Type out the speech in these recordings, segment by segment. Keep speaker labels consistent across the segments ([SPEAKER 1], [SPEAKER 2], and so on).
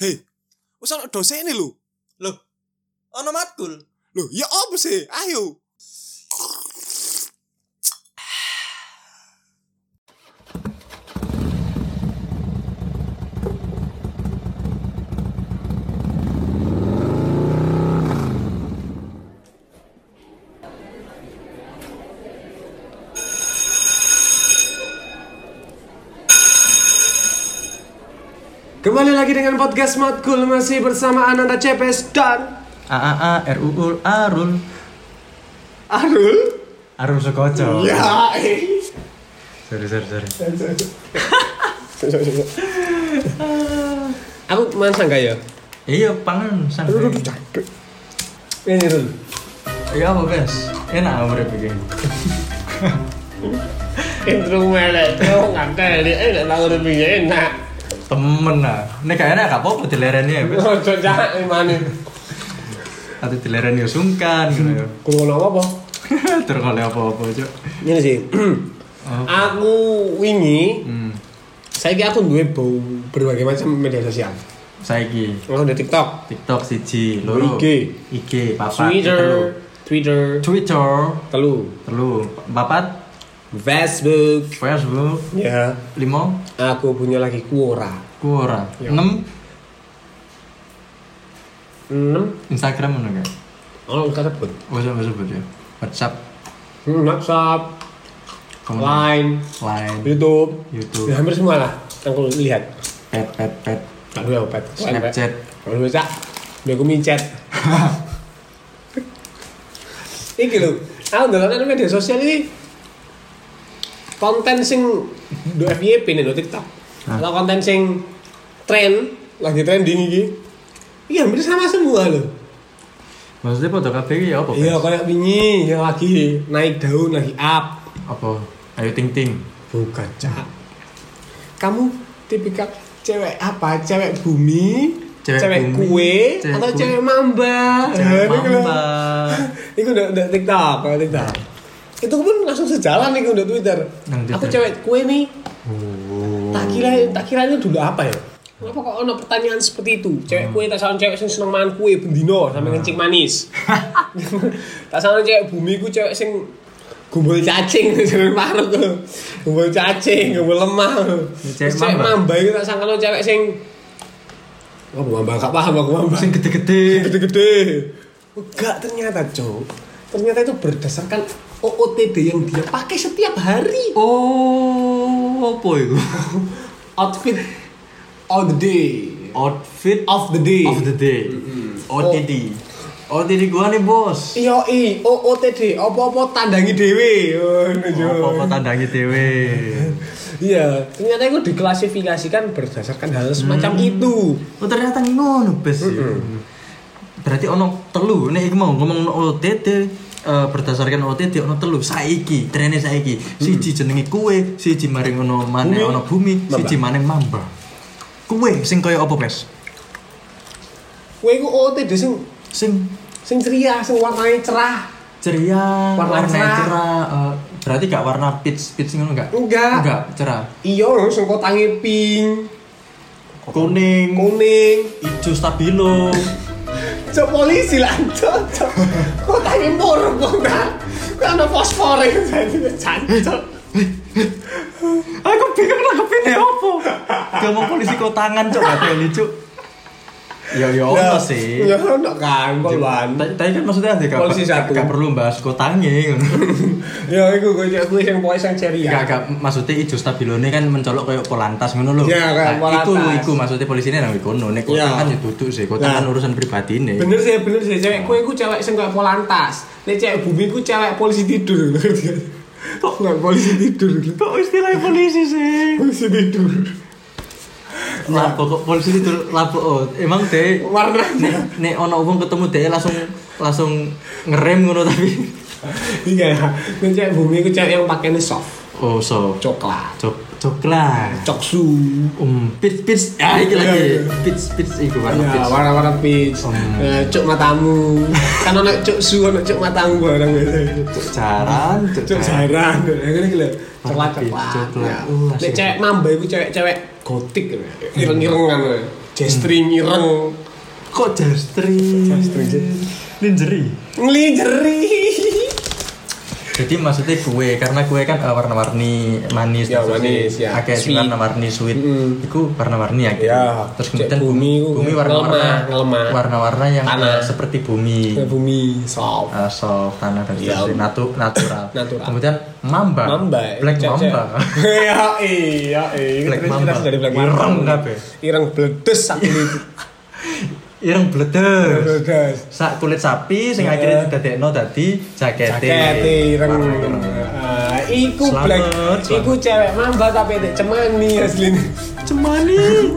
[SPEAKER 1] Hei, wis ana dosene lho.
[SPEAKER 2] Loh, ono matkul.
[SPEAKER 1] Lho, ya apa sih? Ayo.
[SPEAKER 3] Kembali lagi dengan podcast Matkul, masih bersama Ananda Cepes dan
[SPEAKER 2] RUU Arul
[SPEAKER 3] Arul Sukoco.
[SPEAKER 1] Ya.
[SPEAKER 2] Sorry.
[SPEAKER 3] Aku main sangga ya?
[SPEAKER 2] Iya, pangan santai.
[SPEAKER 3] Ini dulu.
[SPEAKER 2] Iya apa, Bes? Enak urip iki.
[SPEAKER 3] Intro melek, yo ngantel nek tahu lebih enak.
[SPEAKER 2] Temen lah. Nek gak enak gak apa-apa dilereni ya, Bes.
[SPEAKER 3] Ojo cak imane.
[SPEAKER 2] Atau dilereni yo sungkan ngono yo.
[SPEAKER 3] Kulo apa?
[SPEAKER 2] Terus oleh apa-apa, Cuk.
[SPEAKER 3] Ini sih. Aku wingi, saiki aku duwe berbagai macam media sosial.
[SPEAKER 2] Saiki
[SPEAKER 3] Aku ada TikTok,
[SPEAKER 2] TikTok siji, loro. IG, papat,
[SPEAKER 3] Twitter, telu,
[SPEAKER 2] papat,
[SPEAKER 3] Facebook, ya.
[SPEAKER 2] 5,
[SPEAKER 3] Aku punya lagi Quora. Ya.
[SPEAKER 2] 6,
[SPEAKER 3] 6.
[SPEAKER 2] Instagram ngono gak?
[SPEAKER 3] Oh, enggak sebut.
[SPEAKER 2] Bisa sebut ya. WhatsApp,
[SPEAKER 3] WhatsApp,
[SPEAKER 2] kemudian
[SPEAKER 3] Line, YouTube. Ya, hampir semua lah. Aku lihat.
[SPEAKER 2] Pet.
[SPEAKER 3] Tak dua pet.
[SPEAKER 2] Snapchat.
[SPEAKER 3] Kalau bisa, aku micet. Iki lho, aku ndelok media sosial ini konten sing do FYP nih do TikTok. Atau konten sing lagi trending iki. Iya, hampir sama semua loh.
[SPEAKER 2] Maksudnya foto kabeh ya apa?
[SPEAKER 3] Iya, kayak wingi yang lagi naik daun, lagi up.
[SPEAKER 2] Apa? Ayu Ting Ting.
[SPEAKER 3] Bukan, Cak. Kamu tipikal cewek apa? Cewek bumi, cewek kue, atau cewek mamba?
[SPEAKER 2] Cewek mamba.
[SPEAKER 3] Itu udah TikTok. Itu pun langsung sejalan nih udah Twitter. Aku cewek kue nih. Tak kira itu dulu apa ya? Kenapa kok ada pertanyaan seperti itu? Cewek kue tak salah cewek sing seneng mangan kue bendino sampe kencing manis. Tak salah cewek bumi ku cewek sing gumbul cacing jeneng parut tuh. Gumbul cacing, gumbul lemah. Cewek mamba iku tak sangkano cewek sing oh, mamba gak paham aku mamba.
[SPEAKER 2] Sing gede-gede.
[SPEAKER 3] Enggak ternyata, Cok. Ternyata itu berdasarkan OOTD yang dia pakai setiap hari.
[SPEAKER 2] Oh, apa itu?
[SPEAKER 3] Outfit of the day. OTD
[SPEAKER 2] gua nih, Bos.
[SPEAKER 3] Iya, OOTD, apa-apa tandangi dhewe.
[SPEAKER 2] Apa-apa tandangi dhewe.
[SPEAKER 3] Iya, ternyata itu diklasifikasikan berdasarkan hal semacam itu.
[SPEAKER 2] Oh, ternyata ngono, Bes. Berarti ono telu, nek iki mau ngomong OTD berdasarkan OTD ono telu saiki, trene saiki. Siji jenenge kue, siji maring ono maneh ono bumi, siji maneh mamba. Kue sing kaya apa, Bes?
[SPEAKER 3] Kue iku OOTD sing ceria, sing warnanya cerah.
[SPEAKER 2] Ceria, warna cerah. Berarti gak warna peach ngono enggak? Enggak, cerah.
[SPEAKER 3] Iya, sing kotange pink,
[SPEAKER 2] kuning, ijo stabilo.
[SPEAKER 3] Cok polisi lah, cok. Kotange muruk kok enggak. Kok ana fosfor iki jancuk.
[SPEAKER 2] Aku bingung nanggepinnya apa. Gak mau polisi kotangan, Cok, gak teli, Cok. Ya ono sih.
[SPEAKER 3] Ya ono kan, Polwan.
[SPEAKER 2] Tapi kan maksudnya
[SPEAKER 3] polisi satu.
[SPEAKER 2] Gak perlu bahas kotange ngono.
[SPEAKER 3] Ya iku kowe sing pokoke sing ceria.
[SPEAKER 2] Gak maksudnya ijo stabilone kan mencolok kayak Polantas ngono lho.
[SPEAKER 3] Ya, kayak Polantas.
[SPEAKER 2] Iku maksudnya polisine nang kono. Nek kotangan ya duduk sih, kotangan urusan pribadine.
[SPEAKER 3] Bener sih. Cewek kowe iku cewek sing kayak Polantas. Nek cewek bumi iku cewek polisi tidur. Kok nggak polisi tidur?
[SPEAKER 2] Kok istilahnya polisi sih?
[SPEAKER 3] Polisi tidur.
[SPEAKER 2] Lapo kok polisi tidur lapo? Emang deh
[SPEAKER 3] warnanya.
[SPEAKER 2] Nek ono wong ketemu deh langsung ngerem ngono tapi.
[SPEAKER 3] Iya. Nek cewek bumi itu cewek yang pakainya soft.
[SPEAKER 2] Oh, soft.
[SPEAKER 3] Coklat.
[SPEAKER 2] Coksu. Peach. Ah, iki lagi. Peach iku warna peach.
[SPEAKER 3] Ya, warna peach. Cuk matamu. Kan ono cuk su, ono cuk matamu barang gitu. Cuk jaran. Ngene iki lho. Coklat. Nek cewek mamba iku cewek gotik gitu. Ireng-irengan. Jestring ireng.
[SPEAKER 2] Kok jastri? Lingerie. Jadi maksudnya kue, karena kue kan warna-warni manis,
[SPEAKER 3] Ya, manis, ya.
[SPEAKER 2] Akeh sing
[SPEAKER 3] Sweet.
[SPEAKER 2] warna-warni sweet. Iku warna-warni ya.
[SPEAKER 3] Ya.
[SPEAKER 2] Terus kemudian
[SPEAKER 3] Bumi
[SPEAKER 2] warna-warna, warna-warna yang
[SPEAKER 3] Tanah.
[SPEAKER 2] seperti bumi.
[SPEAKER 3] Bumi soft.
[SPEAKER 2] Soft, tanah dan
[SPEAKER 3] Ya.
[SPEAKER 2] seterusnya. Natural.
[SPEAKER 3] Natural.
[SPEAKER 2] Kemudian mamba. Black
[SPEAKER 3] Cek-cek.
[SPEAKER 2] mamba.
[SPEAKER 3] iya.
[SPEAKER 2] Black mamba.
[SPEAKER 3] Terinspirasi dari Black
[SPEAKER 2] Ireng
[SPEAKER 3] Mamba.
[SPEAKER 2] kabeh.
[SPEAKER 3] Ireng bledes sak itu.
[SPEAKER 2] Ireng bledes.
[SPEAKER 3] Bledes.
[SPEAKER 2] Sak kulit sapi sing akhirnya didadekno dadi jakete.
[SPEAKER 3] Ireng.
[SPEAKER 2] Warna ireng.
[SPEAKER 3] Iku
[SPEAKER 2] Selamat,
[SPEAKER 3] black.
[SPEAKER 2] selamat.
[SPEAKER 3] Iku cewek mamba tapi dek cemani asline.
[SPEAKER 2] Cemani.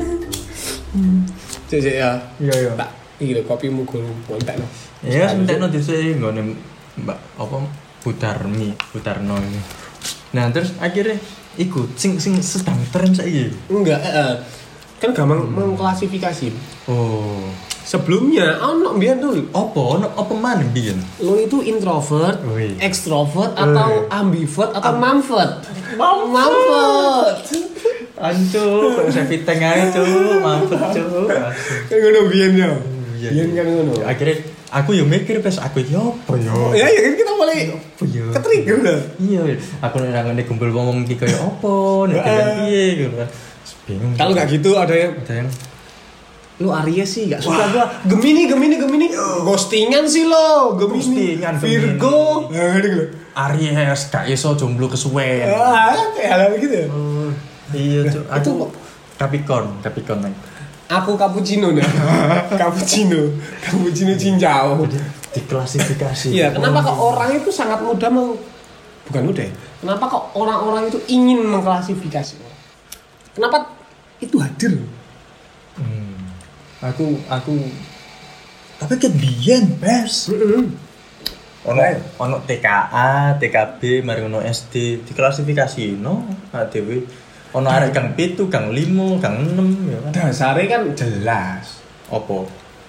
[SPEAKER 3] Cek ya.
[SPEAKER 2] Iya.
[SPEAKER 3] Tak iki lho kopimu guru kontak lho.
[SPEAKER 2] Ya sentekno dhisik nggone Mbak apa Budarno ini. Nah, terus akhirnya iku sing sedang tren saiki.
[SPEAKER 3] Enggak, kan gampang mengklasifikasi.
[SPEAKER 2] Oh.
[SPEAKER 3] Sebelumnya ono mbiyen tuh
[SPEAKER 2] Apa maneh biyen?
[SPEAKER 3] lo itu introvert,
[SPEAKER 2] Wih.
[SPEAKER 3] extrovert atau ambivert atau mamfert. Mamfert.
[SPEAKER 2] Ancu, saya fiteng ae, Cuk. Mampet, Cuk.
[SPEAKER 3] Kan ngono biyen ya.
[SPEAKER 2] Iya,
[SPEAKER 3] Biyen kan ngono.
[SPEAKER 2] Akhirnya aku yo mikir pas aku yo apa yo.
[SPEAKER 3] Ya kan kita mulai
[SPEAKER 2] Apa yo?
[SPEAKER 3] ketrigger lah.
[SPEAKER 2] Iya, aku nang ngene kumpul ngomong iki kaya apa, nek piye gitu kan. Bingung.
[SPEAKER 3] Kalau nggak gitu ada yang lu Aries sih nggak suka gua. Gemini. Ghostingan sih lo. Gemini.
[SPEAKER 2] Ghostingan,
[SPEAKER 3] Virgo.
[SPEAKER 2] Gemini.
[SPEAKER 3] Nah, gitu.
[SPEAKER 2] Aries gak iso jomblo kesuwen.
[SPEAKER 3] Kayak hal gitu ya.
[SPEAKER 2] Iya, Cuk. Aku
[SPEAKER 3] Itu-
[SPEAKER 2] Capricorn nih.
[SPEAKER 3] Aku cappuccino nih. Cappuccino cincau.
[SPEAKER 2] Diklasifikasi.
[SPEAKER 3] Iya, kenapa kok orang itu sangat mudah bukan mudah ya? Kenapa kok orang-orang itu ingin mengklasifikasi orang? Kenapa itu hadir?
[SPEAKER 2] Aku tapi kebiyen, Bes. Ono TKA, TKB, mari ono SD, diklasifikasi no, dhewe. Ono arek gang 7, gang 5, gang 6 ya kan.
[SPEAKER 3] Dasarnya kan jelas.
[SPEAKER 2] Opo?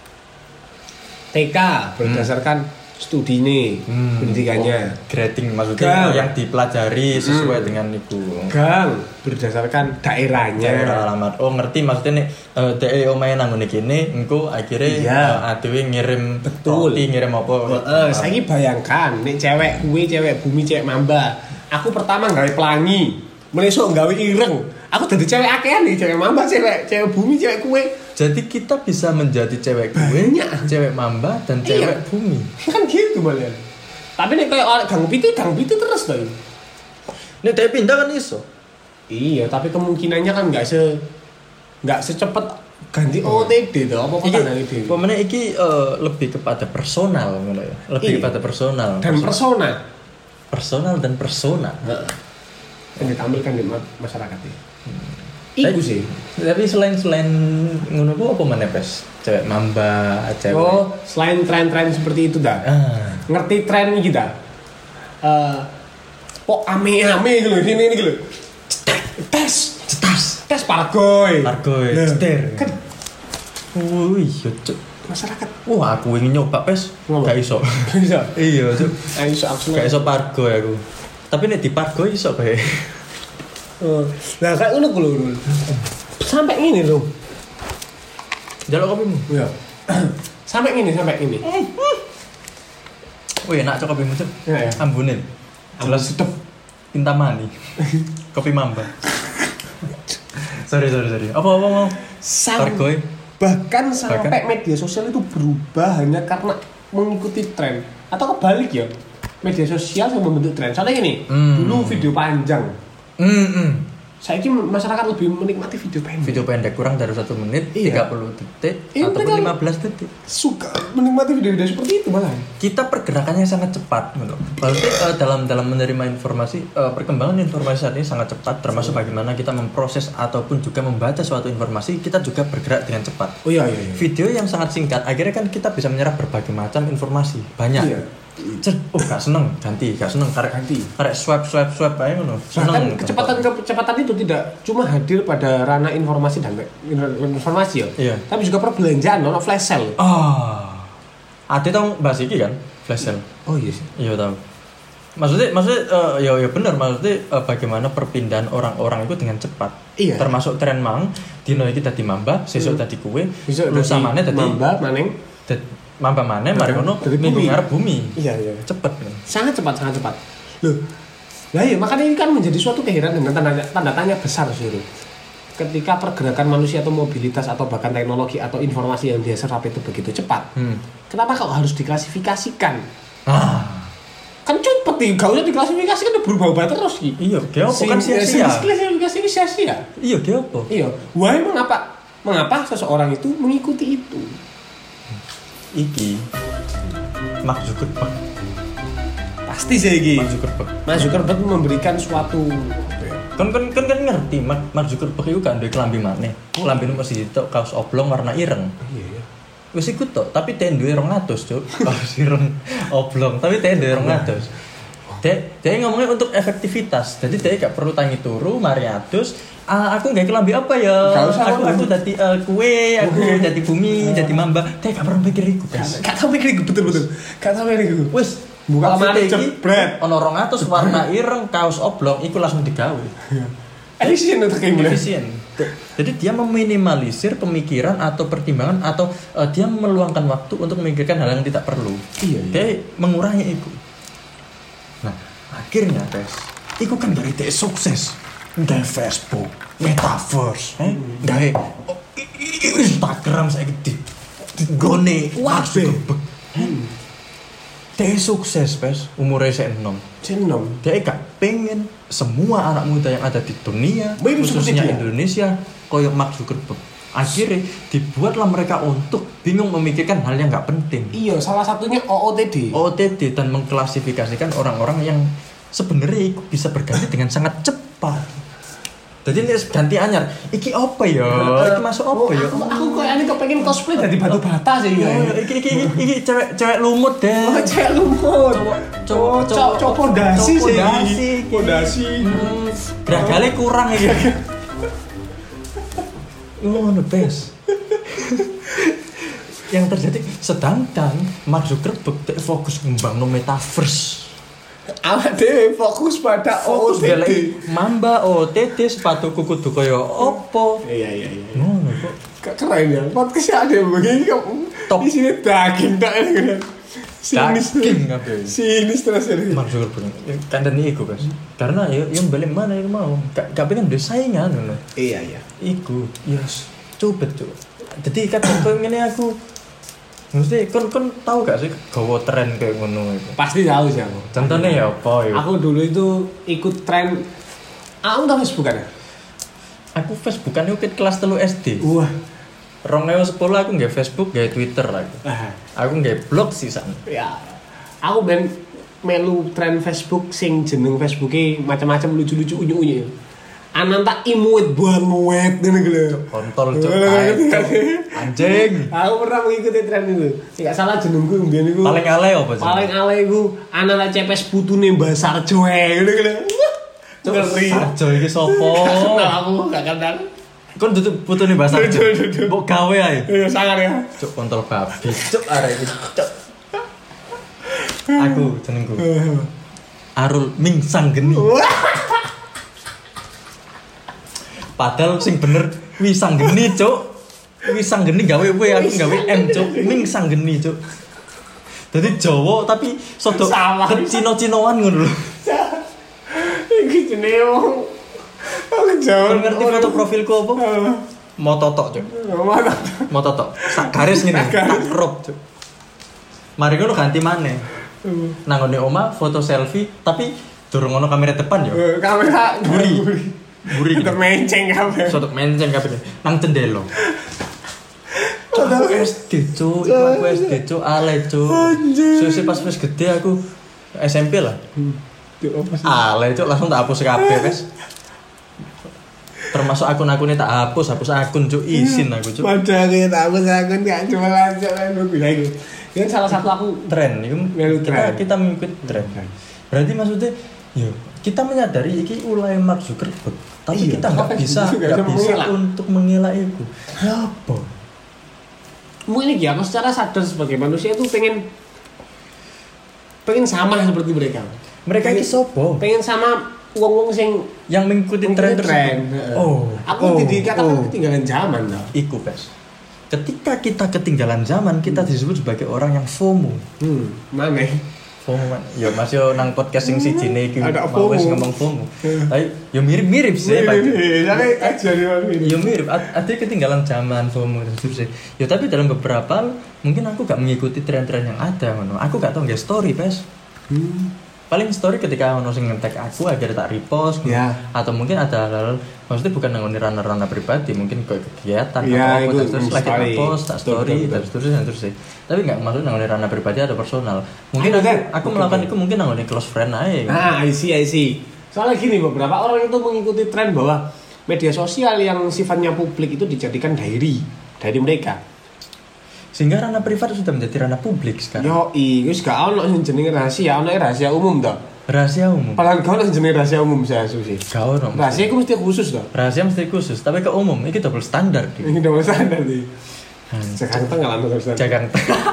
[SPEAKER 3] TK berdasarkan studine, pendidikannya.
[SPEAKER 2] Grading maksudnya
[SPEAKER 3] Gang.
[SPEAKER 2] yang dipelajari sesuai dengan itu.
[SPEAKER 3] Gang berdasarkan daerahnya.
[SPEAKER 2] Daerah alamat. Oh, ngerti maksudnya nih DE omahe nang ngene kene, engko akhirnya
[SPEAKER 3] Iya.
[SPEAKER 2] dhewe ngirim
[SPEAKER 3] Betul.
[SPEAKER 2] roti, ngirim apa.
[SPEAKER 3] Saya bayangkan, nih cewek kue, cewek bumi, cewek mamba. Aku pertama gawe pelangi, melesok gawe ireng. Aku jadi cewek akean nih, cewek mamba, cewek bumi, cewek kue.
[SPEAKER 2] Jadi kita bisa menjadi cewek kue,
[SPEAKER 3] Banyak.
[SPEAKER 2] cewek mamba, dan
[SPEAKER 3] Iya.
[SPEAKER 2] cewek bumi.
[SPEAKER 3] Kan gitu balian. Tapi nih kayak orang gang pitu terus tuh.
[SPEAKER 2] Nek dhek pindah kan iso.
[SPEAKER 3] Iya, tapi kemungkinannya kan nggak secepat ganti OTD tuh. Apa
[SPEAKER 2] Iki,
[SPEAKER 3] tanda itu?
[SPEAKER 2] pemene iki lebih kepada personal ngono ya. Lebih
[SPEAKER 3] Iya.
[SPEAKER 2] kepada personal.
[SPEAKER 3] Dan persona.
[SPEAKER 2] Personal dan persona.
[SPEAKER 3] Yang ditampilkan di masyarakat ini. Iku sih.
[SPEAKER 2] Tapi selain ngono ku apa meneh, Pes? Cewek mamba, cewek.
[SPEAKER 3] Oh, selain tren-tren seperti itu dah.
[SPEAKER 2] Ah.
[SPEAKER 3] Ngerti tren ini kita? Kok ame-ame gitu loh, ini gitu loh. Tes pargoy.
[SPEAKER 2] Pargoy,
[SPEAKER 3] Lah,
[SPEAKER 2] ceter.
[SPEAKER 3] Kan
[SPEAKER 2] Wih, yo, Cuk.
[SPEAKER 3] masyarakat
[SPEAKER 2] Wah, aku ingin nyoba, Pes.
[SPEAKER 3] Ngopo?
[SPEAKER 2] Gak iso.
[SPEAKER 3] bisa.
[SPEAKER 2] Iya, Cuk.
[SPEAKER 3] Ayo aku
[SPEAKER 2] Gak iso pargoy aku. Tapi nek di pargoy iso bae.
[SPEAKER 3] Nah, kayak ngono ku lho. Sampai ini loh.
[SPEAKER 2] Jaluk kopimu.
[SPEAKER 3] Ya. sampai ini.
[SPEAKER 2] Wih, enak cok kopimu, Cuk.
[SPEAKER 3] Ya, ya.
[SPEAKER 2] Ambunin. Jelas
[SPEAKER 3] sedep.
[SPEAKER 2] Kintamani. Kopi mamba. sorry. Apa mau? Pargoy.
[SPEAKER 3] Bahkan sampai media sosial itu berubah hanya karena mengikuti tren atau kebalik ya. Media sosial yang membentuk tren. Soalnya gini, dulu video panjang. Saiki masyarakat lebih menikmati video pendek.
[SPEAKER 2] Video pendek kurang dari 1 menit,
[SPEAKER 3] Iya.
[SPEAKER 2] 30 detik
[SPEAKER 3] Iya,
[SPEAKER 2] ataupun
[SPEAKER 3] mereka
[SPEAKER 2] 15 detik.
[SPEAKER 3] Suka menikmati video-video seperti itu malah.
[SPEAKER 2] Kita pergerakannya sangat cepat, gitu. Berarti dalam menerima informasi, perkembangan informasi saat ini sangat cepat, termasuk bagaimana kita memproses ataupun juga membaca suatu informasi, kita juga bergerak dengan cepat.
[SPEAKER 3] Oh iya.
[SPEAKER 2] Video yang sangat singkat, akhirnya kan kita bisa menyerap berbagai macam informasi, banyak.
[SPEAKER 3] Iya.
[SPEAKER 2] Gak seneng, ganti,
[SPEAKER 3] Ganti.
[SPEAKER 2] karek swipe aja ngono.
[SPEAKER 3] Bahkan kecepatan itu tidak cuma hadir pada ranah informasi dan informasi ya.
[SPEAKER 2] Iya.
[SPEAKER 3] Tapi juga perbelanjaan, ono flash sale.
[SPEAKER 2] Ade tau bahas iki kan, flash sale.
[SPEAKER 3] Oh iya sih.
[SPEAKER 2] Iya tau. Maksudnya ya benar, maksudnya bagaimana perpindahan orang-orang itu dengan cepat.
[SPEAKER 3] Iya.
[SPEAKER 2] Termasuk tren mang, dino iki dadi mamba, sesuk dadi kue,
[SPEAKER 3] Besok
[SPEAKER 2] lusa maneh dadi
[SPEAKER 3] mamba maneng.
[SPEAKER 2] mamba maneh, mari ngono
[SPEAKER 3] Dari
[SPEAKER 2] minggu
[SPEAKER 3] bumi.
[SPEAKER 2] ngarep bumi.
[SPEAKER 3] Iya.
[SPEAKER 2] Cepet kan.
[SPEAKER 3] Sangat cepat. Loh. Lah ya makanya ini kan menjadi suatu keheranan dan tanda tanya besar sih itu. Ketika pergerakan manusia atau mobilitas atau bahkan teknologi atau informasi yang dia serap itu begitu cepat. Kenapa kok harus diklasifikasikan? Kan cepet nih, gak usah diklasifikasi kan udah berubah-ubah terus gitu.
[SPEAKER 2] Iya, dia apa kan sia-sia.
[SPEAKER 3] Klasifikasi ini sia-sia.
[SPEAKER 2] Iya, dia apa?
[SPEAKER 3] Iya, why mengapa seseorang itu mengikuti itu?
[SPEAKER 2] Iki Mark Zuckerberg.
[SPEAKER 3] Pasti sih iki.
[SPEAKER 2] Mark
[SPEAKER 3] Zuckerberg memberikan suatu
[SPEAKER 2] kan ngerti Mark Zuckerberg itu kan duwe klambi maneh. Klambine mesti tok kaos oblong warna ireng.
[SPEAKER 3] Iya.
[SPEAKER 2] Wis iku tok, tapi teh duwe 200, Cuk. Kaos ireng oblong, tapi teh duwe 200. Dia ngomongnya untuk efektivitas. Jadi dia gak perlu tangi turu, mari adus. Aku gak kelambi apa ya? Aku dadi kue, aku dadi bumi, dadi mamba. Dia gak perlu mikir iku, guys.
[SPEAKER 3] Gak tau mikir iku betul. Gak tau mikir iku.
[SPEAKER 2] Wis
[SPEAKER 3] buka lemari jebret.
[SPEAKER 2] Ono 200 warna ireng, kaos oblong, iku langsung digawe.
[SPEAKER 3] Efisien untuk kayak
[SPEAKER 2] efisien. Jadi dia meminimalisir pemikiran atau pertimbangan atau dia meluangkan waktu untuk memikirkan hal yang tidak perlu.
[SPEAKER 3] Iya.
[SPEAKER 2] Dia mengurangi itu. Nah, akhirnya guys, itu kan dari dia sukses. Dari Facebook, Metaverse, dari Instagram saya gitu. Gone, Mark Zuckerberg. Dia sukses, guys. Umurnya saya 6. Dia gak pengen semua anak muda yang ada di dunia, khususnya Indonesia, koyok Mark Zuckerberg. Akhirnya dibuatlah mereka untuk bingung memikirkan hal yang gak penting.
[SPEAKER 3] Iya, salah satunya OOTD
[SPEAKER 2] dan mengklasifikasikan orang-orang yang sebenarnya bisa berganti dengan sangat cepat. Jadi ini ganti anyar, iki apa ya? Iki masuk apa ya?
[SPEAKER 3] Aku kayaknya kepengen cosplay dari batu bata sih ya.
[SPEAKER 2] Iki cewek lumut deh.
[SPEAKER 3] Cewek lumut. Cowok pondasi sih. Pondasi.
[SPEAKER 2] Geragalnya kurang iki. The best. Yang terjadi sedangkan Mark Zuckerberg fokus ngembangno metaverse.
[SPEAKER 3] Awak dhewe fokus pada OOTD.
[SPEAKER 2] Mamba OOTD sepatu kudu kaya opo.
[SPEAKER 3] Iya.
[SPEAKER 2] Ngono kok.
[SPEAKER 3] Keren ya. Podcast ada begini kok. Isinya daging tak ya. Sinis terus ya.
[SPEAKER 2] Mark Zuckerberg. Kandani iku, Guys. Karena yang balik mana yang mau. Gak pengen ada saingan ngono.
[SPEAKER 3] Iya.
[SPEAKER 2] Iku, yes. Coba tuh. Jadi kan ngene aku mesti kon tahu gak sih gawa tren kayak ngono itu?
[SPEAKER 3] Pasti tahu sih aku.
[SPEAKER 2] Contohnya ya apa ya?
[SPEAKER 3] Aku dulu itu ikut tren. Aku tahu Facebookan ya?
[SPEAKER 2] Aku Facebookan itu kelas 3 SD.
[SPEAKER 3] Wah.
[SPEAKER 2] 2010 aku nggak Facebook, nggak Twitter lagi. Aku nggak blog sih sana.
[SPEAKER 3] Ya. Aku melu tren Facebook sing jeneng Facebooke macam-macam lucu-lucu unyu-unyu. Anan tak imuit banget ngene lho.
[SPEAKER 2] Kontol cok. Anjing.
[SPEAKER 3] Aku pernah mengikuti tren itu. Enggak salah jenengku mbiyen iku.
[SPEAKER 2] Paling alay apa sih?
[SPEAKER 3] Paling alay iku anak tak cepes putune Mbak Sarjo ngene lho. Ngeri.
[SPEAKER 2] Sarjo iki sapa?
[SPEAKER 3] Nah, aku gak kenal.
[SPEAKER 2] Kon tutup putune Mbak Sarjo. Mbok gawe ae.
[SPEAKER 3] Iya, sangar ya.
[SPEAKER 2] Cok kontol babi. Cok arek iki. Cok. Aku jenengku. Arul Ming Sanggeni. Padahal sing bener Wisanggeni, Cuk. Wisanggeni gawe W, aku gawe M, Cuk. Ming Sanggeni, Cuk. Dadi Jawa tapi sodo Cino-cinoan ngono lho.
[SPEAKER 3] Iki jenenge wong. Aku Jawa.
[SPEAKER 2] Ngerti foto profilku apa? Mototok, Cuk. Mototok. Sak garis ngene, tak crop, Cuk. Mari ngono ganti maneh. Nang ngene omah foto selfie tapi durung ono kamera depan yo.
[SPEAKER 3] Kamera
[SPEAKER 2] Buri
[SPEAKER 3] kita menceng kabeh.
[SPEAKER 2] Sotok menceng kabeh nang cendelo. Aku SD cuk, aku SD cuk, ale cuk. Suwe pas wis gede aku SMP lah. Ale cuk langsung tak hapus kabeh wis. Termasuk akun-akunnya tak hapus akun cuk, izin aku cuk.
[SPEAKER 3] Padahal ya tak hapus akun gak cuma lanjut bilang itu. Ini salah satu aku
[SPEAKER 2] tren, kita mengikuti tren. Berarti maksudnya, yo kita menyadari iki ulai Mark Zuckerberg, tapi kita nggak bisa untuk mengelak itu. Apa?
[SPEAKER 3] Mungkin ya, aku secara sadar sebagai manusia itu pengen sama seperti mereka.
[SPEAKER 2] Mereka iki sopo?
[SPEAKER 3] Pengen sama wong-wong sing
[SPEAKER 2] Yang mengikuti tren tersebut.
[SPEAKER 3] Aku dikatakan ketinggalan zaman dah.
[SPEAKER 2] Iku pes. Ketika kita ketinggalan zaman, kita disebut sebagai orang yang FOMO.
[SPEAKER 3] Mana?
[SPEAKER 2] FOMO man. Ya Mas yo nang podcast sing sijine iki
[SPEAKER 3] Ada
[SPEAKER 2] mau wis
[SPEAKER 3] FOMO.
[SPEAKER 2] ngomong FOMO. Tapi yo mirip-mirip sih Pak. Yo mirip, ada ketinggalan zaman FOMO dan seterusnya. Yo tapi dalam beberapa hal, mungkin aku gak mengikuti tren-tren yang ada ngono. Aku gak tau nge story pes. Paling story ketika ono sing nge-tag aku agar tak repost gitu.
[SPEAKER 3] Ya.
[SPEAKER 2] Atau mungkin ada hal maksudnya bukan nang ranah-ranah pribadi, mungkin ke kegiatan
[SPEAKER 3] Ya,
[SPEAKER 2] atau
[SPEAKER 3] itu
[SPEAKER 2] apa terus lagi
[SPEAKER 3] story.
[SPEAKER 2] post tak
[SPEAKER 3] Betul,
[SPEAKER 2] story
[SPEAKER 3] betul,
[SPEAKER 2] dan seterusnya dan seterusnya. Tapi enggak maksud nang ranah pribadi ada personal. Mungkin
[SPEAKER 3] Ada, kan?
[SPEAKER 2] aku melakukan itu mungkin nang close friend aja.
[SPEAKER 3] Nah, I see. Soalnya gini, beberapa orang itu mengikuti tren bahwa media sosial yang sifatnya publik itu dijadikan diary mereka.
[SPEAKER 2] Sehingga ranah privat sudah menjadi ranah publik sekarang.
[SPEAKER 3] Yo, wis gak ono sing jenenge rahasia, ono rahasia umum toh.
[SPEAKER 2] Rahasia umum.
[SPEAKER 3] Padahal gak ono sing jenenge rahasia umum saya susi.
[SPEAKER 2] Kau dong.
[SPEAKER 3] Rahasia itu mesti khusus toh.
[SPEAKER 2] Rahasia mesti khusus, tapi ke umum ini double standar.
[SPEAKER 3] Ini double standar nih. Sekarang tengah lah double standar.
[SPEAKER 2] Jangan.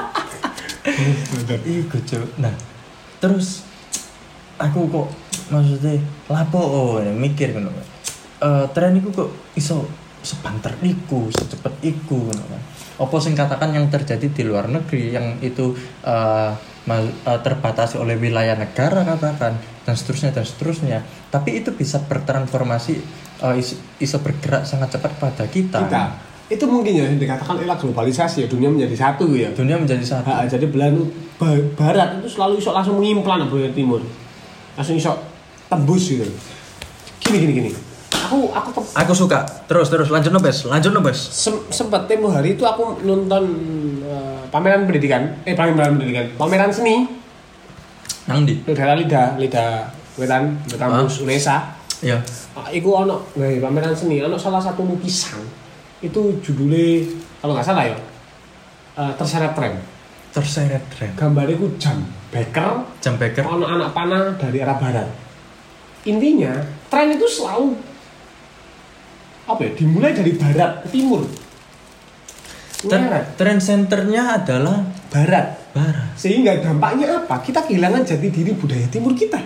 [SPEAKER 2] Iku cuk. Nah, terus aku kok maksudnya lapo mikir ngono. Tren iku kok iso sebanter iku, secepat iku ngono kan. Apa sing katakan yang terjadi di luar negeri yang itu terbatasi oleh wilayah negara katakan dan seterusnya, tapi itu bisa bertransformasi iso bergerak sangat cepat pada kita.
[SPEAKER 3] Itu mungkin ya yang dikatakan era globalisasi ya, dunia menjadi satu ya.
[SPEAKER 2] Dunia menjadi satu.
[SPEAKER 3] Jadi belahan barat itu selalu iso langsung mengimplan belahan timur. Langsung iso tembus gitu. Gini.
[SPEAKER 2] Aku suka. Terus lanjut nobes.
[SPEAKER 3] Sempat tempo hari itu aku nonton pameran seni
[SPEAKER 2] Nang ndi?
[SPEAKER 3] Lida Wetan kampus Unesa.
[SPEAKER 2] Iya.
[SPEAKER 3] Iku ono pameran seni, ono salah satu lukisan. Itu judulnya kalau nggak salah ya terseret tren. Gambarnya ku jam beker. Ono anak panah dari arah barat. Intinya tren itu selalu dimulai dari barat ke timur.
[SPEAKER 2] Tren centernya adalah
[SPEAKER 3] barat.
[SPEAKER 2] Sehingga
[SPEAKER 3] dampaknya apa? Kita kehilangan jati diri budaya timur kita.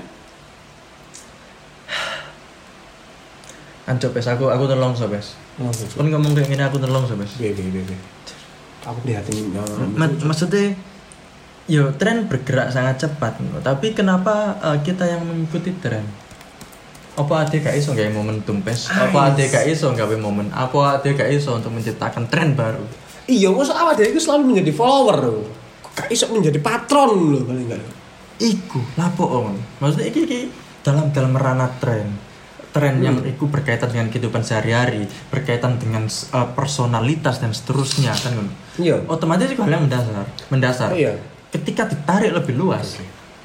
[SPEAKER 2] Anco pes, aku terlong so pes. Kan ngomong kayak gini aku terlong so pes.
[SPEAKER 3] Aku prihatin.
[SPEAKER 2] Maksudnya, yo tren bergerak sangat cepat, tapi kenapa kita yang mengikuti tren? Apa ade gak iso gawe momentum pes? Apa ade gak iso gawe momen? Apa ade gak iso untuk menciptakan tren baru?
[SPEAKER 3] Iya, maksud awak dhewe iku selalu menjadi follower lho. Gak iso menjadi patron lho paling enggak.
[SPEAKER 2] Iku lapo om. Maksudnya iki dalam ranah tren yang iku berkaitan dengan kehidupan sehari-hari, berkaitan dengan personalitas dan seterusnya kan ngono.
[SPEAKER 3] Iya.
[SPEAKER 2] Otomatis itu hal yang mendasar.
[SPEAKER 3] Iya.
[SPEAKER 2] Ketika ditarik lebih luas.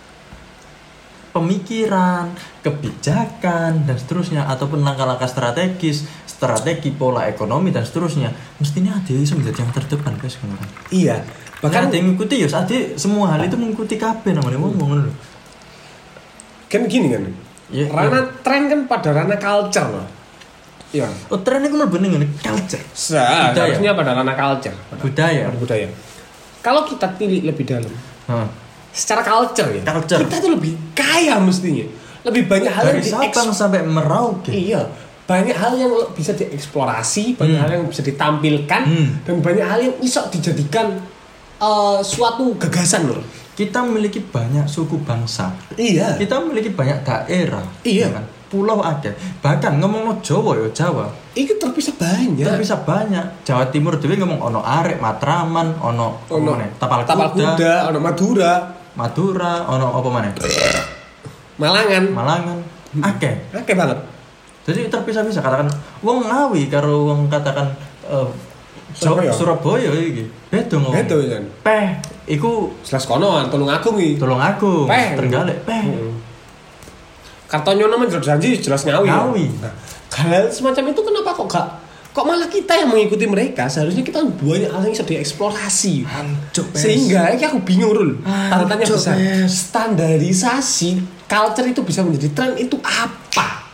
[SPEAKER 2] Pemikiran, kebijakan dan seterusnya ataupun langkah-langkah strategi pola ekonomi dan seterusnya mestinya ada yang menjadi yang terdepan guys kan.
[SPEAKER 3] Iya.
[SPEAKER 2] Bahkan ada yang mengikuti ya, ada semua hal itu mengikuti kabeh namanya ngomong lho.
[SPEAKER 3] Kan gini kan.
[SPEAKER 2] Ya,
[SPEAKER 3] ranah tren kan pada ranah culture loh. Iya.
[SPEAKER 2] Oh, tren itu mlebu ning culture.
[SPEAKER 3] Harusnya pada ranah culture,
[SPEAKER 2] budaya.
[SPEAKER 3] Kalau kita tilik lebih dalam. Secara culture ya. Kita tuh lebih kaya mestinya. Lebih banyak hal
[SPEAKER 2] dari Sabang sampai Merauke.
[SPEAKER 3] Iya. Banyak hal yang bisa dieksplorasi, banyak hal yang bisa ditampilkan, dan banyak hal yang bisa dijadikan suatu gagasan loh.
[SPEAKER 2] Kita memiliki banyak suku bangsa.
[SPEAKER 3] Iya.
[SPEAKER 2] Kita memiliki banyak daerah.
[SPEAKER 3] Iya.
[SPEAKER 2] Kan? Pulau ada. Bahkan ngomong Jawa ya Jawa.
[SPEAKER 3] Itu terpisah banyak.
[SPEAKER 2] Jawa Timur dhewe ngomong ono Arek, Matraman, ono Tapal Kuda,
[SPEAKER 3] ono Madura,
[SPEAKER 2] ono apa maneh?
[SPEAKER 3] Malangan. Akeh banget.
[SPEAKER 2] Jadi terpisah-pisah katakan wong Ngawi karo wong katakan Surabaya iki. Beda ngomong.
[SPEAKER 3] Beda kan.
[SPEAKER 2] Peh iku
[SPEAKER 3] jelas konoan Tulungagung iki.
[SPEAKER 2] Trenggalek peh.
[SPEAKER 3] Kartonyono janji jelas Ngawi. Nah, hal semacam itu kenapa kok malah kita yang mengikuti mereka? Seharusnya kita banyak hal yang bisa dieksplorasi. Sehingga ini aku bingung Rul. Tanda tanya besar. Standarisasi culture itu bisa menjadi tren itu apa?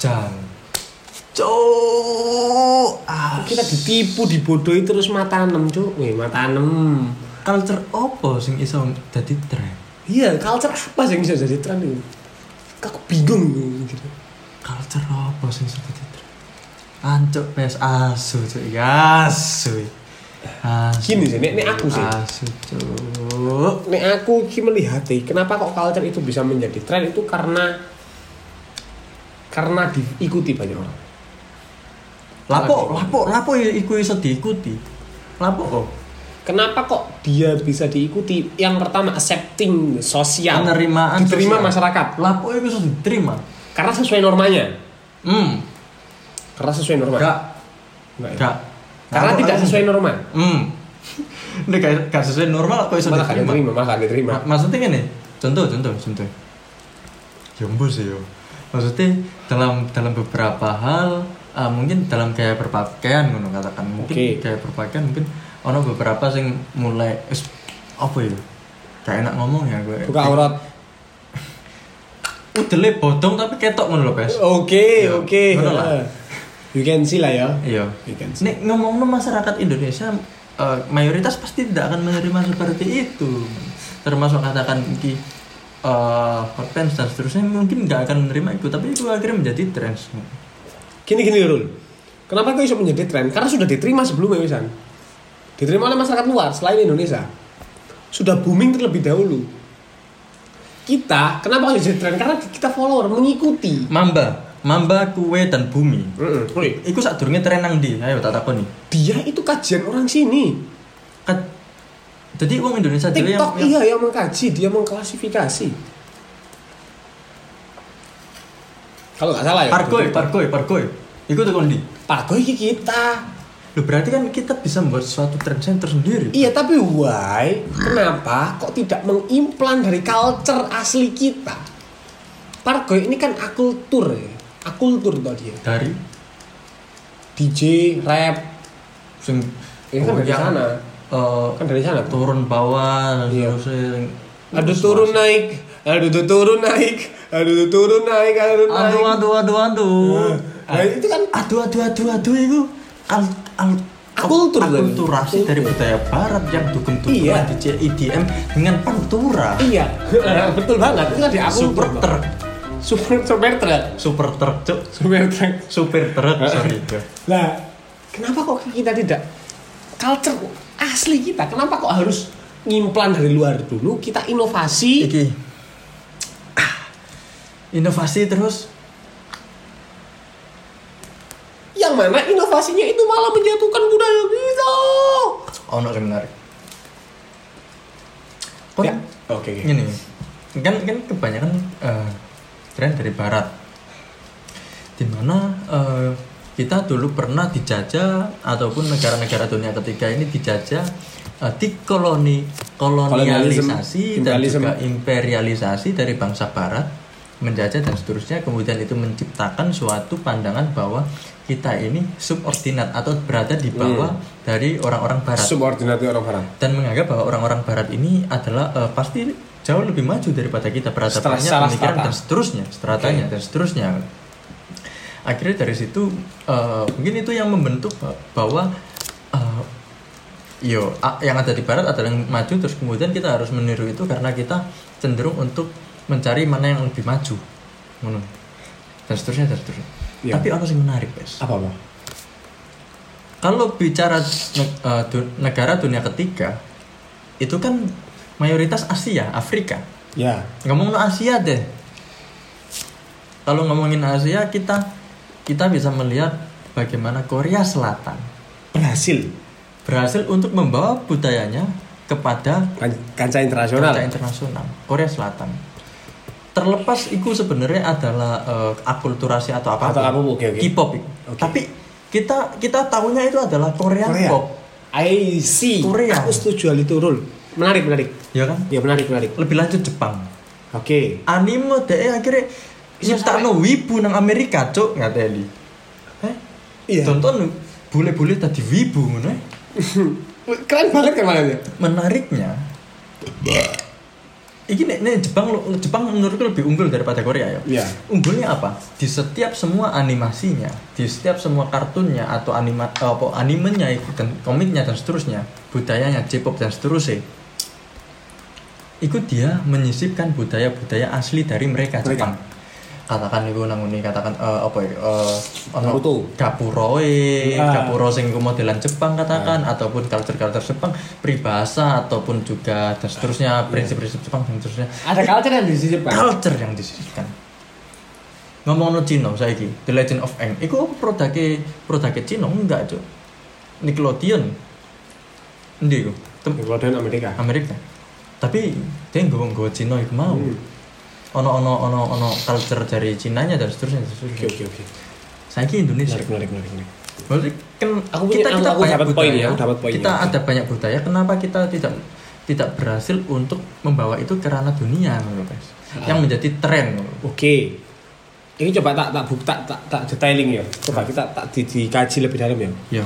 [SPEAKER 3] Kita ditipu, dibodohi terus matanem, Cuk. Matanem.
[SPEAKER 2] Culture apa sing iso dadi tren?
[SPEAKER 3] Iya, culture apa sing bisa jadi tren itu? Aku bingung gitu.
[SPEAKER 2] Culture apa sing sudah ditren? Ancuk pes asu cuk. Asu.
[SPEAKER 3] Gini sih, nek aku sih.
[SPEAKER 2] Asu cuk.
[SPEAKER 3] Nek aku ki melihat kenapa kok culture itu bisa menjadi tren itu karena diikuti banyak orang.
[SPEAKER 2] Lapo iku iso diikuti. Lapo kok?
[SPEAKER 3] Kenapa kok dia bisa diikuti? Yang pertama accepting sosial,
[SPEAKER 2] Penerimaan
[SPEAKER 3] diterima
[SPEAKER 2] sosial.
[SPEAKER 3] masyarakat.
[SPEAKER 2] Lapo iku iso diterima.
[SPEAKER 3] Karena sesuai normanya. Karena sesuai norma.
[SPEAKER 2] Enggak.
[SPEAKER 3] Karena tidak sesuai norma.
[SPEAKER 2] Nek gak sesuai normal kok iso
[SPEAKER 3] Malah gak
[SPEAKER 2] diterima.
[SPEAKER 3] diterima, malah gak diterima.
[SPEAKER 2] Maksudnya ngene. Contoh. Ya mbus ya. Maksudnya dalam beberapa hal mungkin dalam gaya berpakaian ngono katakan mungkin gaya berpakaian mungkin ono beberapa sing mulai apa ya? Gak enak ngomong ya gue.
[SPEAKER 3] Buka aurat.
[SPEAKER 2] Udele bodong tapi ketok ngono lho, Pes.
[SPEAKER 3] Oke.
[SPEAKER 2] Ngono lah.
[SPEAKER 3] You can see lah ya.
[SPEAKER 2] Iya.
[SPEAKER 3] You can see.
[SPEAKER 2] Nek ngomongno masyarakat Indonesia mayoritas pasti tidak akan menerima seperti itu. Termasuk katakan iki hotpants dan seterusnya mungkin nggak akan menerima itu, tapi itu akhirnya menjadi tren.
[SPEAKER 3] Gini Rul. Kenapa kok bisa menjadi tren? Karena sudah diterima sebelumnya misalnya. Diterima oleh masyarakat luar selain Indonesia. Sudah booming terlebih dahulu. Kita kenapa kok jadi tren? Karena kita follower mengikuti.
[SPEAKER 2] Mamba kue dan bumi.
[SPEAKER 3] Heeh.
[SPEAKER 2] Iku sadurunge tren nang ndi? Ayo tak takoni.
[SPEAKER 3] Dia itu kajian orang sini.
[SPEAKER 2] Jadi wong Indonesia dhewe
[SPEAKER 3] TikTok yang mengkaji, dia mengklasifikasi. Kalau nggak salah ya.
[SPEAKER 2] Parkoy. Iku tekan ndi?
[SPEAKER 3] Parkoy kita.
[SPEAKER 2] Loh berarti kan kita bisa membuat suatu trend center sendiri.
[SPEAKER 3] Iya, tapi why? Kenapa kok tidak mengimplan dari culture asli kita? Parkoy ini kan akultur ya. Akultur tau dia.
[SPEAKER 2] Dari
[SPEAKER 3] DJ, rap,
[SPEAKER 2] sing
[SPEAKER 3] kan dari sana. Kan dari sana tuh.
[SPEAKER 2] turun bawah
[SPEAKER 3] Iya.
[SPEAKER 2] terus
[SPEAKER 3] Aduh turun naik. Aduh Nah, itu kan
[SPEAKER 2] aduh itu akulturasi dari budaya barat yang dukung-dukung
[SPEAKER 3] Iya.
[SPEAKER 2] DJ EDM dengan pantura.
[SPEAKER 3] iya. Betul banget. Itu kan di akultur. Super truk.
[SPEAKER 2] Sorry.
[SPEAKER 3] Nah, kenapa kok kita tidak culture asli kita? Kenapa kok harus ngimplan dari luar dulu? Kita inovasi.
[SPEAKER 2] Inovasi terus.
[SPEAKER 3] Yang mana inovasinya itu malah menjatuhkan budaya kita.
[SPEAKER 2] Oh, no, menarik.
[SPEAKER 3] Ya. Oke.
[SPEAKER 2] Gini. Kan kebanyakan tren dari barat. Dimana kita dulu pernah dijajah ataupun negara-negara dunia ketiga ini dijajah kolonialisasi dan juga imperialisasi dari bangsa barat, menjajah dan seterusnya, kemudian itu menciptakan suatu pandangan bahwa kita ini subordinat atau berada di bawah dari orang-orang barat.
[SPEAKER 3] Subordinat orang barat.
[SPEAKER 2] Dan menganggap bahwa orang-orang barat ini adalah pasti jauh lebih maju daripada kita, peradabannya, pemikiran dan seterusnya, stratanya dan seterusnya. Akhirnya dari situ mungkin itu yang membentuk bahwa yang ada di barat adalah yang maju, terus kemudian kita harus meniru itu karena kita cenderung untuk mencari mana yang lebih maju, dan seterusnya. Ya. Tapi ada yang menarik, guys.
[SPEAKER 3] Apa?
[SPEAKER 2] Kalau bicara negara dunia ketiga, itu kan mayoritas Asia, Afrika.
[SPEAKER 3] Ya.
[SPEAKER 2] Ngomongin Asia deh. Kalau ngomongin Asia, kita bisa melihat bagaimana Korea Selatan berhasil untuk membawa budayanya kepada
[SPEAKER 3] kancah internasional.
[SPEAKER 2] Korea Selatan. Terlepas itu sebenarnya adalah akulturasi atau apa?
[SPEAKER 3] Okay.
[SPEAKER 2] K-pop. Okay. Tapi kita tahunya itu adalah Korean pop.
[SPEAKER 3] I see.
[SPEAKER 2] Korea.
[SPEAKER 3] Aku setuju hal itu, Rul. Menarik.
[SPEAKER 2] Ya kan?
[SPEAKER 3] Ya menarik.
[SPEAKER 2] Lebih lanjut Jepang.
[SPEAKER 3] Oke.
[SPEAKER 2] Anime deh akhirnya nyiptakno wibu nang Amerika, cuk, ngateli.
[SPEAKER 3] Iya.
[SPEAKER 2] Tonton bule-bule tadi wibu ngono.
[SPEAKER 3] Keren banget kan makanya.
[SPEAKER 2] Menariknya. Ini Jepang menurutku lebih unggul daripada Korea ya.
[SPEAKER 3] Iya.
[SPEAKER 2] Unggulnya apa? Di setiap semua animasinya, di setiap semua kartunnya atau animenya dan komiknya dan seterusnya, budayanya J-pop dan seterusnya. Itu dia menyisipkan budaya-budaya asli dari mereka. Jepang. katakan iku nang ngene katakan apa ya ono
[SPEAKER 3] Naruto.
[SPEAKER 2] gapuro sing iku modelan Jepang katakan ataupun culture Jepang peribahasa ataupun juga dan seterusnya prinsip-prinsip Jepang dan seterusnya
[SPEAKER 3] Ada culture yang disisipkan.
[SPEAKER 2] culture yang disisipkan. Ngomongno Cina saiki The Legend of Aang iku produke Cina enggak cuk Nickelodeon endi iku
[SPEAKER 3] Nickelodeon Amerika.
[SPEAKER 2] tapi dia nggawa Cina iku mau ono culture dari Cinanya dan seterusnya.
[SPEAKER 3] Oke.
[SPEAKER 2] Saiki Indonesia.
[SPEAKER 3] Menarik.
[SPEAKER 2] Berarti kan
[SPEAKER 3] Aku
[SPEAKER 2] kita banyak
[SPEAKER 3] dapat poin ya,
[SPEAKER 2] budaya.
[SPEAKER 3] dapat poin.
[SPEAKER 2] Kita ada banyak budaya, kenapa kita tidak berhasil untuk membawa itu ke ranah dunia, guys? Yang menjadi tren.
[SPEAKER 3] Oke. Ini coba tak detailing ya. Coba kita dikaji lebih dalam ya.
[SPEAKER 2] Ya.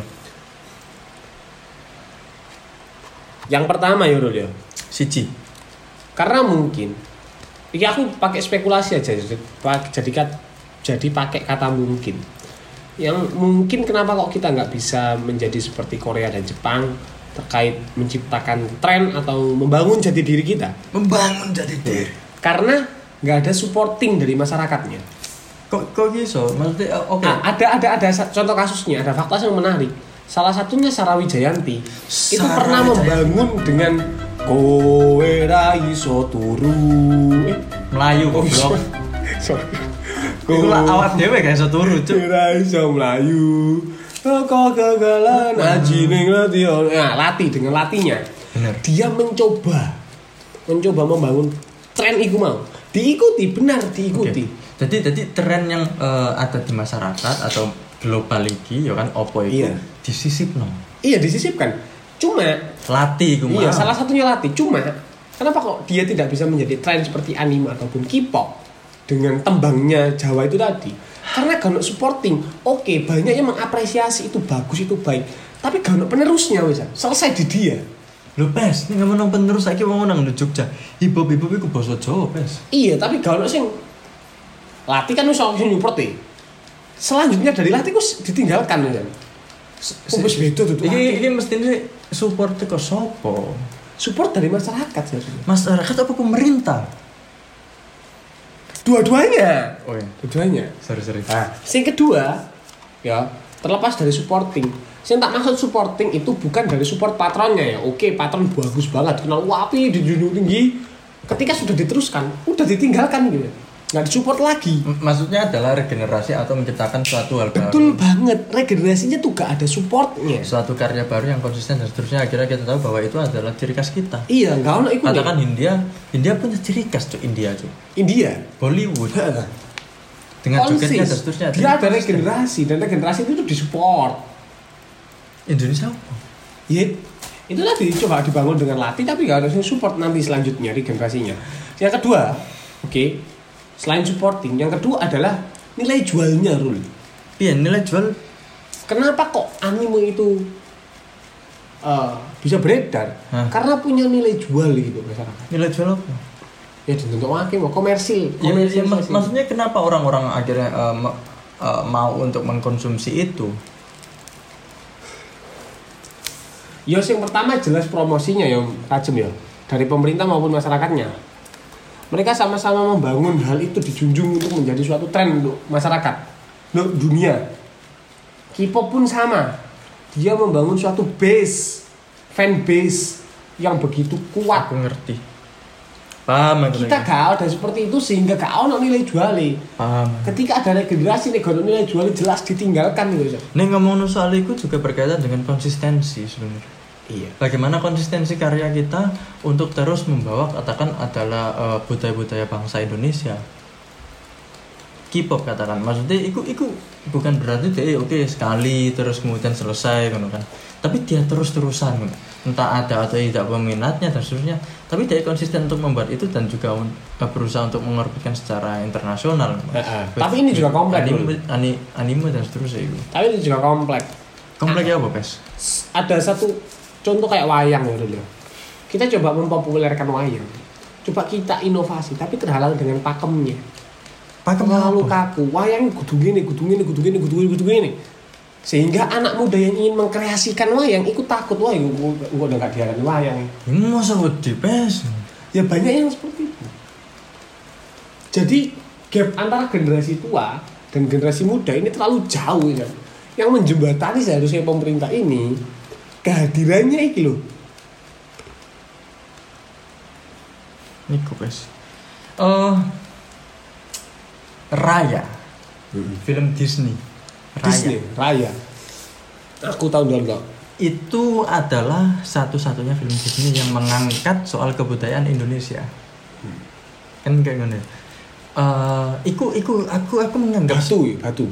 [SPEAKER 3] Yang pertama ya Rul ya.
[SPEAKER 2] Siji.
[SPEAKER 3] Karena mungkin ini aku pakai spekulasi aja jadi pakai kata mungkin. Yang mungkin kenapa kok kita nggak bisa menjadi seperti Korea dan Jepang terkait menciptakan tren atau membangun jati diri kita?
[SPEAKER 2] Membangun jati diri.
[SPEAKER 3] Karena nggak ada supporting dari masyarakatnya.
[SPEAKER 2] Kok gitu? Maksudnya oke.
[SPEAKER 3] Nah, ada contoh kasusnya, ada fakta yang menarik. Salah satunya Sarah Wijayanti. Itu pernah membangun dengan kowe ra iso turu.
[SPEAKER 2] Melayu goblok.
[SPEAKER 3] Sorry.
[SPEAKER 2] Iku lah awak dhewe gak iso turu, cuk.
[SPEAKER 3] Ra iso melayu. Kok kegagalan aji ning latihan. Nah, latih dengan latihnya.
[SPEAKER 2] Bener.
[SPEAKER 3] Dia mencoba membangun tren iku mau. Diikuti.
[SPEAKER 2] Okay. Jadi tren yang ada di masyarakat atau global iki ya kan opo iku disisipno. Iya,
[SPEAKER 3] disisipkan. Cuma
[SPEAKER 2] latih iku
[SPEAKER 3] iya, salah satunya latih. Cuma kenapa kok dia tidak bisa menjadi tren seperti anime ataupun K-pop dengan tembangnya Jawa itu tadi? Karena gak ono supporting. Oke, banyak yang mengapresiasi itu bagus, itu baik. Tapi gak ono penerusnya wis. Selesai di dia.
[SPEAKER 2] Lho pes, nek ngomong penerus saiki wong nang Jogja. Hip-hop iku basa Jawa, pes.
[SPEAKER 3] Iya, tapi gak ono sing latih kan wis nyupport e. Selanjutnya dari latih ku ditinggalkan kan. Wis beda tuh.
[SPEAKER 2] Iki mestine support ke sapa?
[SPEAKER 3] Support dari masyarakat sebenarnya.
[SPEAKER 2] Masyarakat apa pemerintah?
[SPEAKER 3] Dua-duanya.
[SPEAKER 2] Oh iya.
[SPEAKER 3] Dua-duanya.
[SPEAKER 2] Sorry.
[SPEAKER 3] Nah, yang kedua, ya terlepas dari supporting. Saya tak maksud supporting itu bukan dari support patronnya ya. Oke, patron bagus banget, kenal wapi, dijunjung tinggi. Ketika sudah diteruskan, udah ditinggalkan gitu. Nggak disupport lagi.
[SPEAKER 2] Maksudnya adalah regenerasi atau menciptakan suatu hal baru.
[SPEAKER 3] Betul banget, regenerasinya tuh gak ada supportnya.
[SPEAKER 2] Suatu karya baru yang konsisten dan seterusnya. Akhirnya kita tahu bahwa itu adalah ciri khas kita.
[SPEAKER 3] Iya, nggak ono ikut.
[SPEAKER 2] Katakan India punya ciri khas tuh India. Bollywood. Dengan jogetnya dan seterusnya.
[SPEAKER 3] Dia ada regenerasi dan regenerasi itu tuh disupport.
[SPEAKER 2] Indonesia apa?
[SPEAKER 3] Ya, itu tadi coba dibangun dengan latih tapi nggak ada support nanti selanjutnya regenerasinya. Yang kedua, oke. Selain supporting, yang kedua adalah nilai jualnya, Rul.
[SPEAKER 2] Iya, nilai jual.
[SPEAKER 3] Kenapa kok anime itu bisa beredar? Karena punya nilai jual gitu masyarakat.
[SPEAKER 2] Nilai jual apa?
[SPEAKER 3] Ya dituntut wakil, mau komersil.
[SPEAKER 2] Ya, maksudnya kenapa orang-orang akhirnya mau untuk mengkonsumsi itu?
[SPEAKER 3] Ya, yang pertama jelas promosinya yang tajam ya dari pemerintah maupun masyarakatnya. Mereka sama-sama membangun hal itu dijunjung untuk menjadi suatu tren untuk masyarakat, untuk dunia. K-pop pun sama. Dia membangun suatu fan base yang begitu kuat.
[SPEAKER 2] Aku ngerti. Paham.
[SPEAKER 3] Kita gak ada seperti itu sehingga gak ada nilai jualnya.
[SPEAKER 2] Paham.
[SPEAKER 3] Ketika ada regenerasi, gak ada nilai jualnya jelas ditinggalkan gitu.
[SPEAKER 2] Nih ngomong soal itu juga berkaitan dengan konsistensi sebenarnya.
[SPEAKER 3] Iya.
[SPEAKER 2] Bagaimana konsistensi karya kita untuk terus membawa katakan adalah budaya-budaya bangsa Indonesia. K-pop katakan, maksudnya itu bukan berarti dia oke sekali terus kemudian selesai kan. Tapi dia terus-terusan, entah ada atau tidak peminatnya dan seterusnya. Tapi dia konsisten untuk membuat itu dan juga berusaha untuk mengorbitkan secara internasional.
[SPEAKER 3] Tapi ini juga kompleks.
[SPEAKER 2] Anime dan seterusnya itu.
[SPEAKER 3] Tapi ini juga kompleks.
[SPEAKER 2] Kompleksnya apa, Pes?
[SPEAKER 3] Ada satu contoh kayak wayang ya dulu. Kita coba mempopulerkan wayang. Coba kita inovasi tapi terhalang dengan pakemnya.
[SPEAKER 2] Pakem
[SPEAKER 3] terlalu kaku. Wayang kudu gini. Sehingga anak muda yang ingin mengkreasikan wayang ikut takut wayang gua udah enggak diarani wayang.
[SPEAKER 2] Ini masa wedi, Pes.
[SPEAKER 3] Ya banyak yang seperti itu. Jadi gap antara generasi tua dan generasi muda ini terlalu jauh ya. Yang menjembatani seharusnya pemerintah ini kehadirannya iki lho.
[SPEAKER 2] Niku guys. Raya. Film Disney.
[SPEAKER 3] Raya. Aku tahu dulu.
[SPEAKER 2] Itu adalah satu-satunya film Disney yang mengangkat soal kebudayaan Indonesia. Kan kayak gini. Aku menganggap
[SPEAKER 3] batu.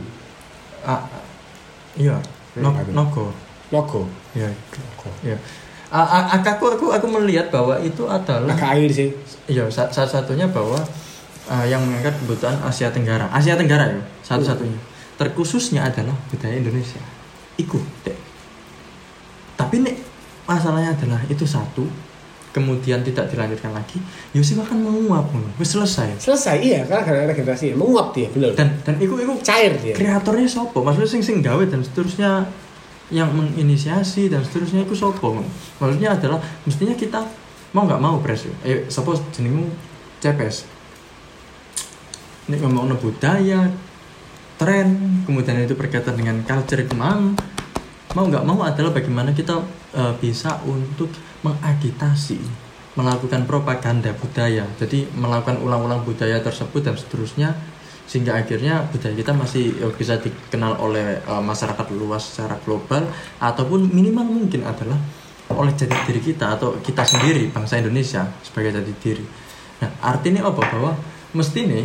[SPEAKER 2] Iya, Nogo. Iya. Iya. Aku melihat bahwa itu adalah
[SPEAKER 3] agak air sih.
[SPEAKER 2] Iya, satu-satunya bahwa yang mengangkat kebutuhan Asia Tenggara ya, satu-satunya. Terkhususnya adalah budaya Indonesia. Iku, dek. Tapi nek masalahnya adalah itu satu, kemudian tidak dilanjutkan lagi, ya sih bahkan menguap, wis selesai.
[SPEAKER 3] Iya, karena generasi menguap dia, benar.
[SPEAKER 2] Dan iku
[SPEAKER 3] cair dia.
[SPEAKER 2] Kreatornya sopo? Maksudnya sing gawe dan seterusnya yang menginisiasi dan seterusnya itu sopo. Maksudnya adalah mestinya kita mau nggak mau pres. Sopo jenengmu CPS. Nek ngomongno budaya, tren, kemudian itu berkaitan dengan culture mau nggak mau adalah bagaimana kita bisa untuk mengagitasi, melakukan propaganda budaya. Jadi melakukan ulang-ulang budaya tersebut dan seterusnya sehingga akhirnya budaya kita masih bisa dikenal oleh masyarakat luas secara global ataupun minimal mungkin adalah oleh jati diri kita atau kita sendiri bangsa Indonesia sebagai jati diri. Nah, artinya apa? Bahwa mesti nih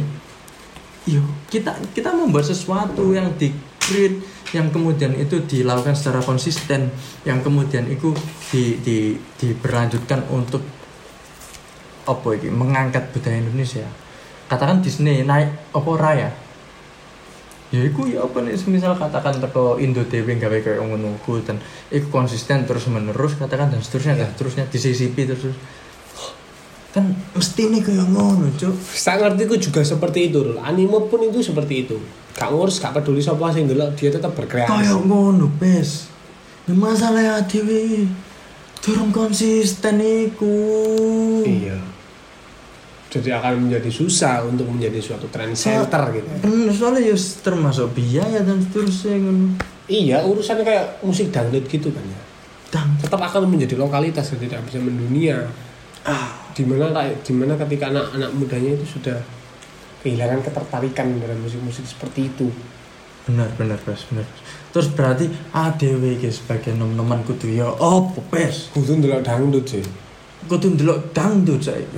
[SPEAKER 2] kita membuat sesuatu yang di-create, yang kemudian itu dilakukan secara konsisten, yang kemudian itu diberlanjutkan untuk mengangkat budaya Indonesia. Katakan Disney naik raya. Ya iku ya apa nih misal katakan teko Indo dhewe gawe kaya ngono ku dan iku konsisten terus menerus katakan dan seterusnya dan seterusnya disisipi terus. Kan mesti nih kaya ngono, Cuk.
[SPEAKER 3] Saya ngerti ku juga seperti itu, Rul. Anime pun itu seperti itu. Gak ngurus, gak peduli sapa sing ndelok, dia tetap berkreasi.
[SPEAKER 2] Kaya ngono, Pes. Nah, masalah dhewe durung konsisten iku.
[SPEAKER 3] Iya. Jadi akan menjadi susah untuk menjadi suatu trend center gitu.
[SPEAKER 2] Soalnya ya termasuk biaya dan seterusnya ngono.
[SPEAKER 3] Iya, urusannya kayak musik dangdut gitu kan ya. Tetap akan menjadi lokalitas dan tidak bisa mendunia. Dimana ketika anak-anak mudanya itu sudah kehilangan ketertarikan dalam musik-musik seperti itu.
[SPEAKER 2] Benar. Terus berarti ADW guys sebagai nom-noman kudu ya opo Pes?
[SPEAKER 3] Kudu ndelok dangdut sih.
[SPEAKER 2] Kudu ndelok dangdut saiki.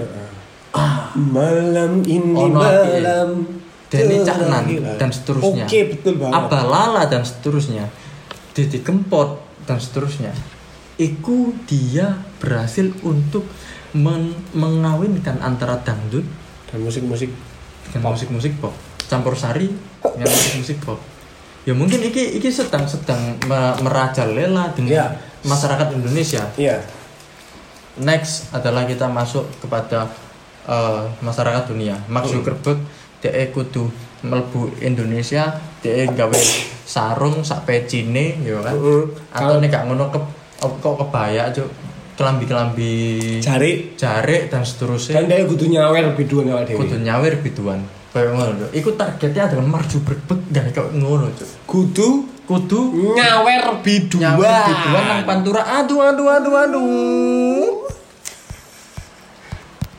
[SPEAKER 3] Malam ini malam
[SPEAKER 2] Deni Caknan dan seterusnya.
[SPEAKER 3] Oke, betul banget.
[SPEAKER 2] Abalala dan seterusnya. Didi Kempot dan seterusnya. Iku dia berhasil untuk mengawinkan antara dangdut
[SPEAKER 3] dan musik-musik
[SPEAKER 2] musik pop, campur sari dengan musik pop. Ya mungkin iki sedang merajalela dengan masyarakat Indonesia.
[SPEAKER 3] Iya.
[SPEAKER 2] Next adalah kita masuk kepada masyarakat dunia. Mark Zuckerberg dhek kudu mlebu Indonesia, dhek gawe sarung sak pecine ya kan. Atau nek gak ngono kok kebaya Cuk. Kelambi jarik dan seterusnya.
[SPEAKER 3] Dan dia kudu nyawer biduan awake dhewe.
[SPEAKER 2] Kudu nyawer biduan. Kayak ngono. Iku targetnya adalah Mark Zuckerberg gak kayak ngono, Cuk.
[SPEAKER 3] Kudu nyawer biduan.
[SPEAKER 2] Nyawer biduan nang pantura. Aduh.